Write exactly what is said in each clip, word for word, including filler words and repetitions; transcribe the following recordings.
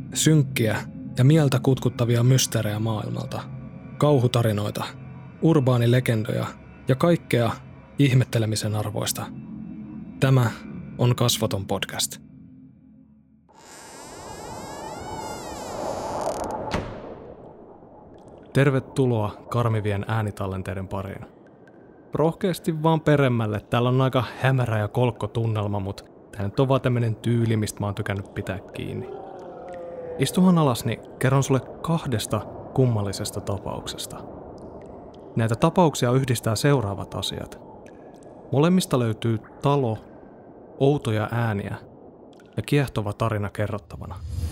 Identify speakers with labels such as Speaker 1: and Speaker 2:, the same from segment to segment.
Speaker 1: Synkkiä ja mieltä kutkuttavia mysteerejä maailmalta, kauhutarinoita, urbaanilegendoja ja kaikkea ihmettelemisen arvoista. Tämä on Kasvoton podcast. Tervetuloa karmivien äänitallenteiden pariin. Rohkeasti vaan peremmälle. Täällä on aika hämärä ja kolkko tunnelma, mutta tää nyt on vaan tämmönen tyyli, mistä mä oon tykännyt pitää kiinni. Istuhan alas, niin kerron sulle kahdesta kummallisesta tapauksesta. Näitä tapauksia yhdistää seuraavat asiat. Molemmista löytyy talo, outoja ääniä ja kiehtova tarina kerrottavana.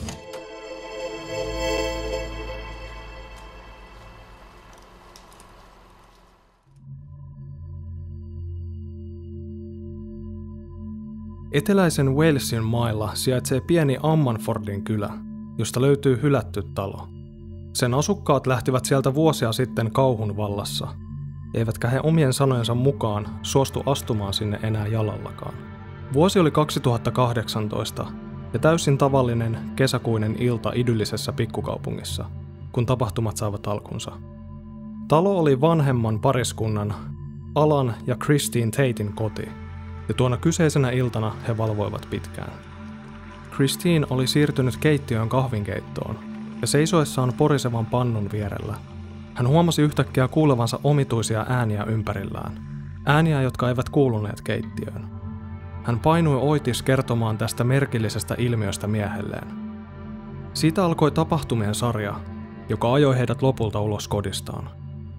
Speaker 1: Eteläisen Walesin mailla sijaitsee pieni Ammanfordin kylä, josta löytyy hylätty talo. Sen asukkaat lähtivät sieltä vuosia sitten kauhun vallassa, eivätkä he omien sanojensa mukaan suostu astumaan sinne enää jalallakaan. Vuosi oli kaksituhattakahdeksantoista ja täysin tavallinen kesäkuinen ilta idyllisessä pikkukaupungissa, kun tapahtumat saavat alkunsa. Talo oli vanhemman pariskunnan, Alan ja Christine Taten koti, ja tuona kyseisenä iltana he valvoivat pitkään. Christine oli siirtynyt keittiöön kahvinkeittoon, ja seisoessaan porisevan pannun vierellä hän huomasi yhtäkkiä kuulevansa omituisia ääniä ympärillään. Ääniä, jotka eivät kuuluneet keittiöön. Hän painui oitis kertomaan tästä merkillisestä ilmiöstä miehelleen. Siitä alkoi tapahtumien sarja, joka ajoi heidät lopulta ulos kodistaan.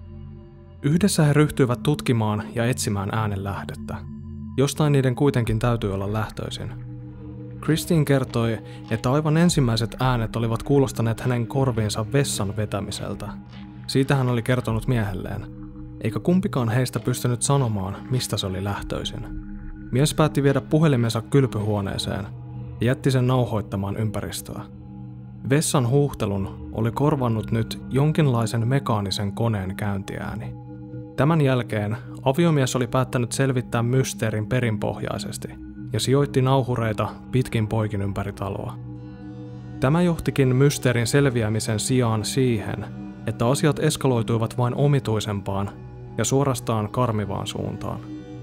Speaker 1: Yhdessä he ryhtyivät tutkimaan ja etsimään äänen lähdettä. Jostain niiden kuitenkin täytyy olla lähtöisin. Christine kertoi, että aivan ensimmäiset äänet olivat kuulostaneet hänen korviinsa vessan vetämiseltä. Siitä hän oli kertonut miehelleen, eikä kumpikaan heistä pystynyt sanomaan, mistä se oli lähtöisin. Mies päätti viedä puhelimensa kylpyhuoneeseen ja jätti sen nauhoittamaan ympäristöä. Vessan huuhtelun oli korvannut nyt jonkinlaisen mekaanisen koneen käyntiääni. Tämän jälkeen aviomies oli päättänyt selvittää mysteerin perinpohjaisesti ja sijoitti nauhureita pitkin poikin ympäri taloa. Tämä johtikin mysteerin selviämisen sijaan siihen, että asiat eskaloituivat vain omituisempaan ja suorastaan karmivaan suuntaan.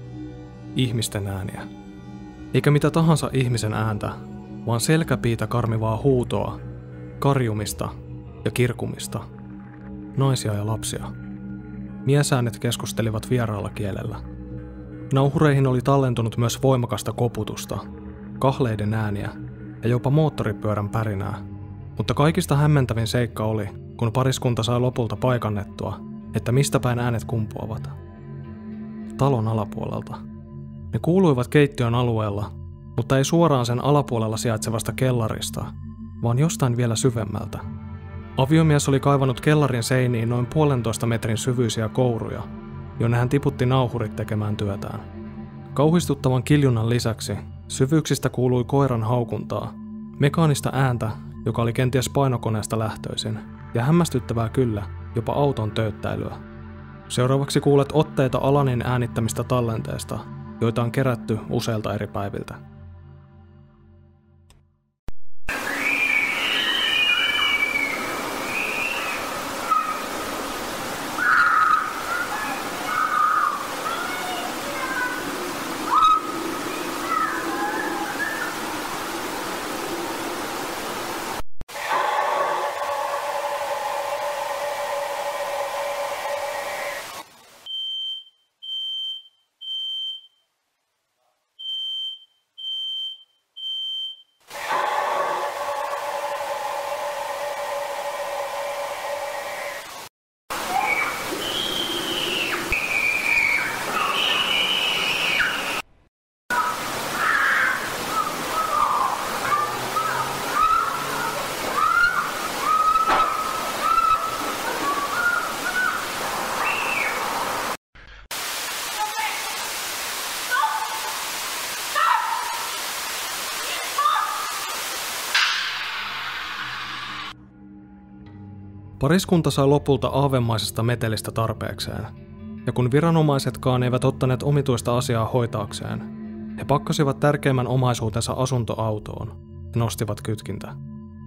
Speaker 1: Ihmisten ääniä. Eikä mitä tahansa ihmisen ääntä, vaan selkäpiitä karmivaa huutoa, karjumista ja kirkumista. Naisia ja lapsia. Miesäänet keskustelivat vieraalla kielellä. Nauhureihin oli tallentunut myös voimakasta koputusta, kahleiden ääniä ja jopa moottoripyörän pärinää. Mutta kaikista hämmentävin seikka oli, kun pariskunta sai lopulta paikannettua, että mistä päin äänet kumpuavat. Talon alapuolelta. Ne kuuluivat keittiön alueella, mutta ei suoraan sen alapuolella sijaitsevasta kellarista, vaan jostain vielä syvemmältä. Aviomies oli kaivannut kellarin seiniin noin puolentoista metrin syvyisiä kouruja, jonne hän tiputti nauhurit tekemään työtään. Kauhistuttavan kiljunnan lisäksi syvyyksistä kuului koiran haukuntaa, mekaanista ääntä, joka oli kenties painokoneesta lähtöisin, ja hämmästyttävää kyllä, jopa auton töyttäilyä. Seuraavaksi kuulet otteita Alanin äänittämistä tallenteesta, joita on kerätty useilta eri päiviltä. Pariskunta sai lopulta aavemaisesta metelistä tarpeekseen, ja kun viranomaisetkaan eivät ottaneet omituista asiaa hoitaakseen, he pakkasivat tärkeimmän omaisuutensa asuntoautoon ja nostivat kytkintä.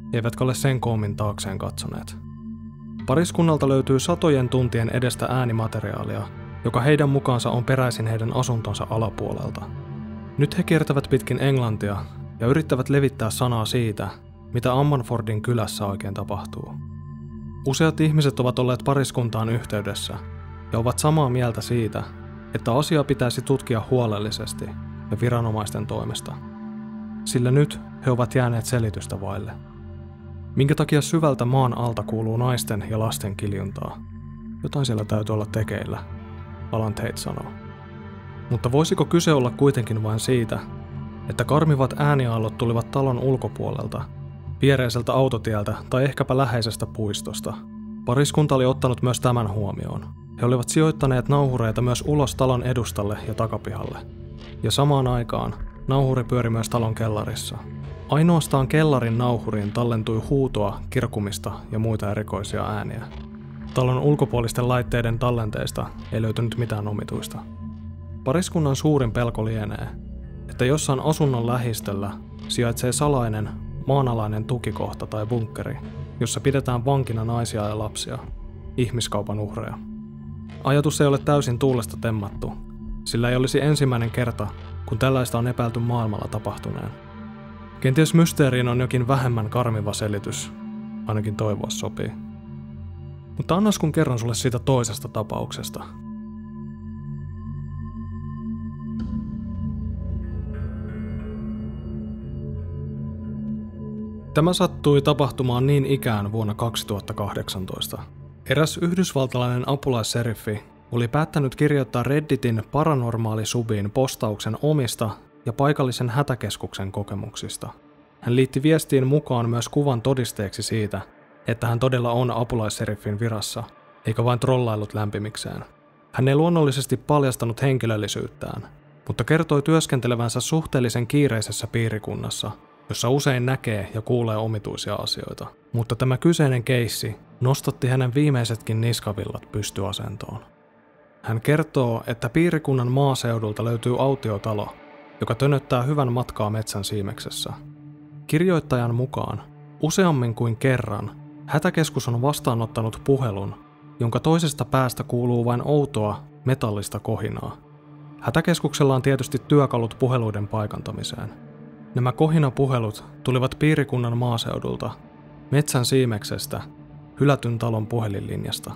Speaker 1: eivätkä ole sen koommin taakseen katsoneet. Pariskunnalta löytyy satojen tuntien edestä äänimateriaalia, joka heidän mukaansa on peräisin heidän asuntonsa alapuolelta. Nyt he kiertävät pitkin Englantia ja yrittävät levittää sanaa siitä, mitä Ammanfordin kylässä oikein tapahtuu. Useat ihmiset ovat olleet pariskuntaan yhteydessä ja ovat samaa mieltä siitä, että asia pitäisi tutkia huolellisesti ja viranomaisten toimesta. Sillä nyt he ovat jääneet selitystä vaille. Minkä takia syvältä maan alta kuuluu naisten ja lasten kiljuntaa? Jotain siellä täytyy olla tekeillä, Alan Tate sanoo. Mutta voisiko kyse olla kuitenkin vain siitä, että karmivat ääniaallot tulivat talon ulkopuolelta, viereiseltä autotieltä tai ehkäpä läheisestä puistosta? Pariskunta oli ottanut myös tämän huomioon. He olivat sijoittaneet nauhureita myös ulos talon edustalle ja takapihalle. Ja samaan aikaan nauhuri pyöri myös talon kellarissa. Ainoastaan kellarin nauhuriin tallentui huutoa, kirkumista ja muita erikoisia ääniä. Talon ulkopuolisten laitteiden tallenteista ei löytynyt mitään omituista. Pariskunnan suurin pelko lienee, että jossain asunnon lähistöllä sijaitsee salainen, maanalainen tukikohta tai bunkkeri, jossa pidetään vankina naisia ja lapsia, ihmiskaupan uhreja. Ajatus ei ole täysin tuulesta temmattu, sillä ei olisi ensimmäinen kerta, kun tällaista on epäilty maailmalla tapahtuneen. Kenties mysteeriin on jokin vähemmän karmiva selitys, ainakin toivoa sopii. Mutta annas kun kerron sulle siitä toisesta tapauksesta. Tämä sattui tapahtumaan niin ikään vuonna kaksituhattakahdeksantoista. Eräs yhdysvaltalainen apulaisseriffi oli päättänyt kirjoittaa Redditin paranormaali-subiin postauksen omista ja paikallisen hätäkeskuksen kokemuksista. Hän liitti viestiin mukaan myös kuvan todisteeksi siitä, että hän todella on apulaisseriffin virassa, eikä vain trollaillut lämpimikseen. Hän ei luonnollisesti paljastanut henkilöllisyyttään, mutta kertoi työskentelevänsä suhteellisen kiireisessä piirikunnassa, jossa usein näkee ja kuulee omituisia asioita. Mutta tämä kyseinen keissi nostatti hänen viimeisetkin niskavillat pystyasentoon. Hän kertoo, että piirikunnan maaseudulta löytyy autiotalo, joka tönöttää hyvän matkaa metsän siimeksessä. Kirjoittajan mukaan useammin kuin kerran hätäkeskus on vastaanottanut puhelun, jonka toisesta päästä kuuluu vain outoa, metallista kohinaa. Hätäkeskuksella on tietysti työkalut puheluiden paikantamiseen. Nämä kohinapuhelut tulivat piirikunnan maaseudulta, metsän siimeksestä, hylätyn talon puhelinlinjasta.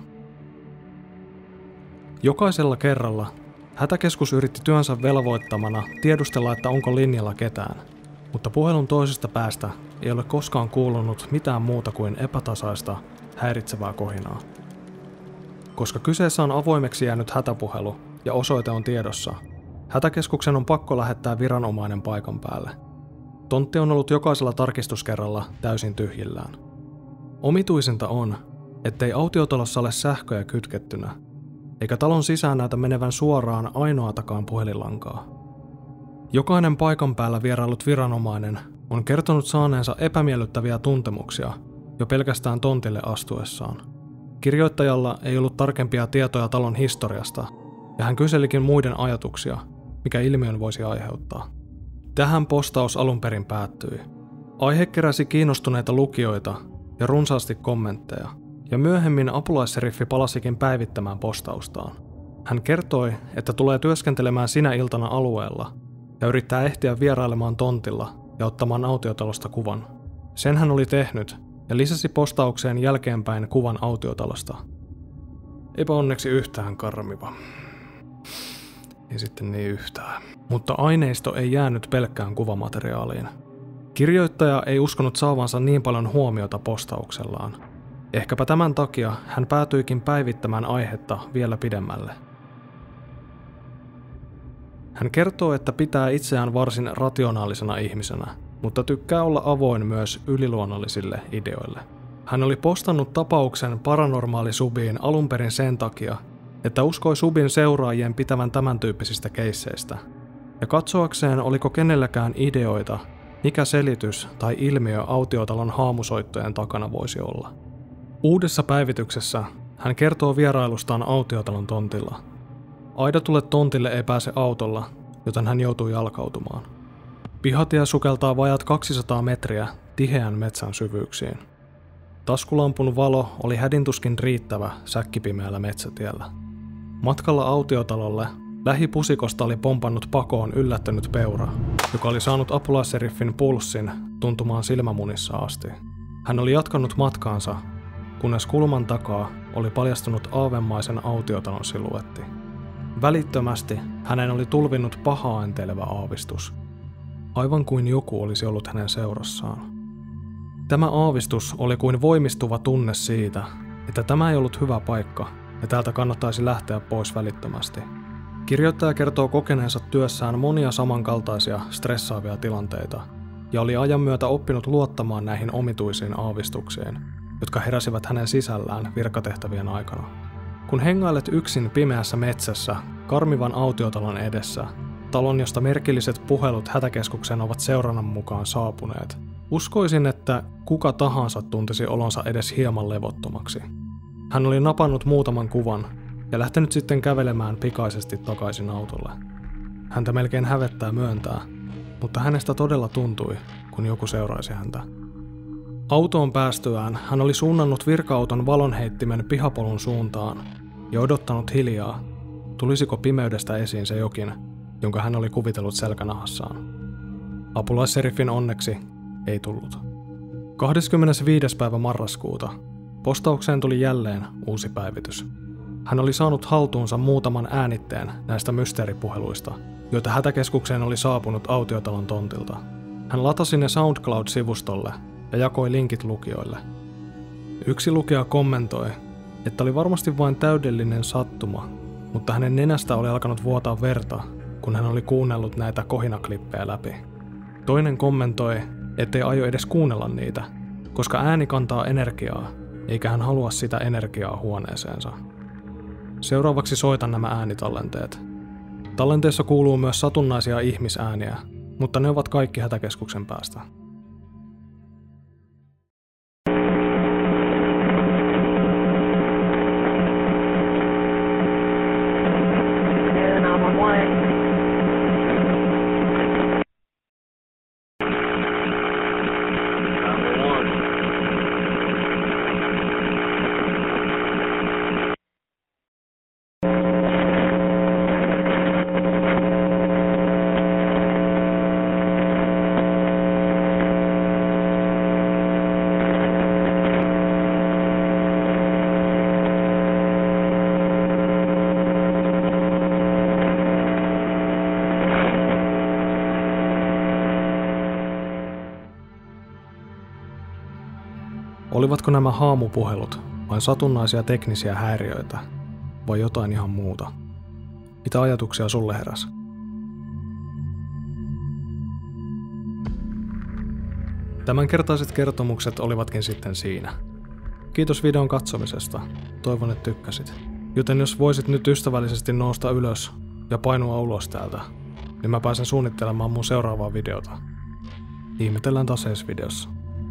Speaker 1: Jokaisella kerralla hätäkeskus yritti työnsä velvoittamana tiedustella, että onko linjalla ketään, mutta puhelun toisesta päästä ei ole koskaan kuulunut mitään muuta kuin epätasaista, häiritsevää kohinaa. Koska kyseessä on avoimeksi jäänyt hätäpuhelu ja osoite on tiedossa, hätäkeskuksen on pakko lähettää viranomainen paikan päälle. Tontti on ollut jokaisella tarkistuskerralla täysin tyhjillään. Omituisinta on, ettei autiotalossa ole sähköjä kytkettynä, eikä talon sisään näytä menevän suoraan ainoatakaan puhelinlankaa. Jokainen paikan päällä vierailut viranomainen on kertonut saaneensa epämiellyttäviä tuntemuksia jo pelkästään tontille astuessaan. Kirjoittajalla ei ollut tarkempia tietoja talon historiasta, ja hän kyselikin muiden ajatuksia, mikä ilmiön voisi aiheuttaa. Tähän postaus alun perin päättyi. Aihe keräsi kiinnostuneita lukijoita ja runsaasti kommentteja, ja myöhemmin apulaisseriffi palasikin päivittämään postaustaan. Hän kertoi, että tulee työskentelemään sinä iltana alueella ja yrittää ehtiä vierailemaan tontilla ja ottamaan autiotalosta kuvan. Sen hän oli tehnyt ja lisäsi postaukseen jälkeenpäin kuvan autiotalosta. Eipä onneksi yhtään karmiva. Ei sitten niin yhtään. Mutta aineisto ei jäänyt pelkkään kuvamateriaaliin. Kirjoittaja ei uskonut saavansa niin paljon huomiota postauksellaan. Ehkäpä tämän takia hän päätyikin päivittämään aihetta vielä pidemmälle. Hän kertoo, että pitää itseään varsin rationaalisena ihmisenä, mutta tykkää olla avoin myös yliluonnollisille ideoille. Hän oli postannut tapauksen paranormaali-subiin alun perin sen takia, että uskoi subin seuraajien pitävän tämän tyyppisistä keisseistä, ja katsoakseen oliko kenelläkään ideoita, mikä selitys tai ilmiö autiotalon haamusoittojen takana voisi olla. Uudessa päivityksessä hän kertoo vierailustaan autiotalon tontilla. Aidatulle tontille ei pääse autolla, joten hän joutuu jalkautumaan. Pihatie sukeltaa vajat kaksisataa metriä tiheän metsän syvyyksiin. Taskulampun valo oli hädintuskin riittävä säkkipimeällä metsätiellä. Matkalla autiotalolle lähipusikosta oli pompannut pakoon yllättynyt peura, joka oli saanut apulaisseriffin pulssin tuntumaan silmämunissa asti. Hän oli jatkanut matkaansa, kunnes kulman takaa oli paljastunut aavemaisen autiotalon siluetti. Välittömästi hänen oli tulvinnut pahaa enteilevä aavistus. Aivan kuin joku olisi ollut hänen seurassaan. Tämä aavistus oli kuin voimistuva tunne siitä, että tämä ei ollut hyvä paikka ja täältä kannattaisi lähteä pois välittömästi. Kirjoittaja kertoo kokeneensa työssään monia samankaltaisia stressaavia tilanteita ja oli ajan myötä oppinut luottamaan näihin omituisiin aavistuksiin, jotka heräsivät hänen sisällään virkatehtävien aikana. Kun hengailet yksin pimeässä metsässä, karmivan autiotalon edessä, talon josta merkilliset puhelut hätäkeskukseen ovat seurannan mukaan saapuneet, uskoisin, että kuka tahansa tuntisi olonsa edes hieman levottomaksi. Hän oli napannut muutaman kuvan ja lähtenyt sitten kävelemään pikaisesti takaisin autolle. Häntä melkein hävettää myöntää, mutta hänestä todella tuntui, kun joku seuraisi häntä. Autoon päästyään hän oli suunnannut virka-auton valonheittimen pihapolun suuntaan ja odottanut hiljaa, tulisiko pimeydestä esiin se jokin, jonka hän oli kuvitellut selkänahassaan. Apulaisseriffin onneksi ei tullut. kahdeskymmenesviides päivä marraskuuta postaukseen tuli jälleen uusi päivitys. Hän oli saanut haltuunsa muutaman äänitteen näistä mysteeripuheluista, joita hätäkeskukseen oli saapunut autiotalon tontilta. Hän latasi ne SoundCloud-sivustolle ja jakoi linkit lukijoille. Yksi lukija kommentoi, että oli varmasti vain täydellinen sattuma, mutta hänen nenästä oli alkanut vuotaa verta, kun hän oli kuunnellut näitä kohinaklippejä läpi. Toinen kommentoi, ettei aio edes kuunnella niitä, koska ääni kantaa energiaa, eikä hän halua sitä energiaa huoneeseensa. Seuraavaksi soitan nämä äänitallenteet. Tallenteessa kuuluu myös satunnaisia ihmisääniä, mutta ne ovat kaikki hätäkeskuksen päästä. Olivatko nämä haamupuhelut vain satunnaisia teknisiä häiriöitä vai jotain ihan muuta? Mitä ajatuksia sulle heräsi? Tämänkertaiset kertomukset olivatkin sitten siinä. Kiitos videon katsomisesta. Toivon, että tykkäsit. Joten jos voisit nyt ystävällisesti nousta ylös ja painua ulos täältä, niin mä pääsen suunnittelemaan mun seuraavaa videota. Ihmetellään taas ensi videossa.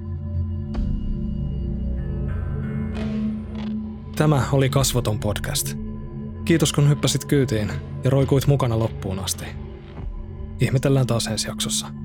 Speaker 1: Tämä oli Kasvoton podcast. Kiitos kun hyppäsit kyytiin ja roikuit mukana loppuun asti. Ihmetellään taas ensi jaksossa.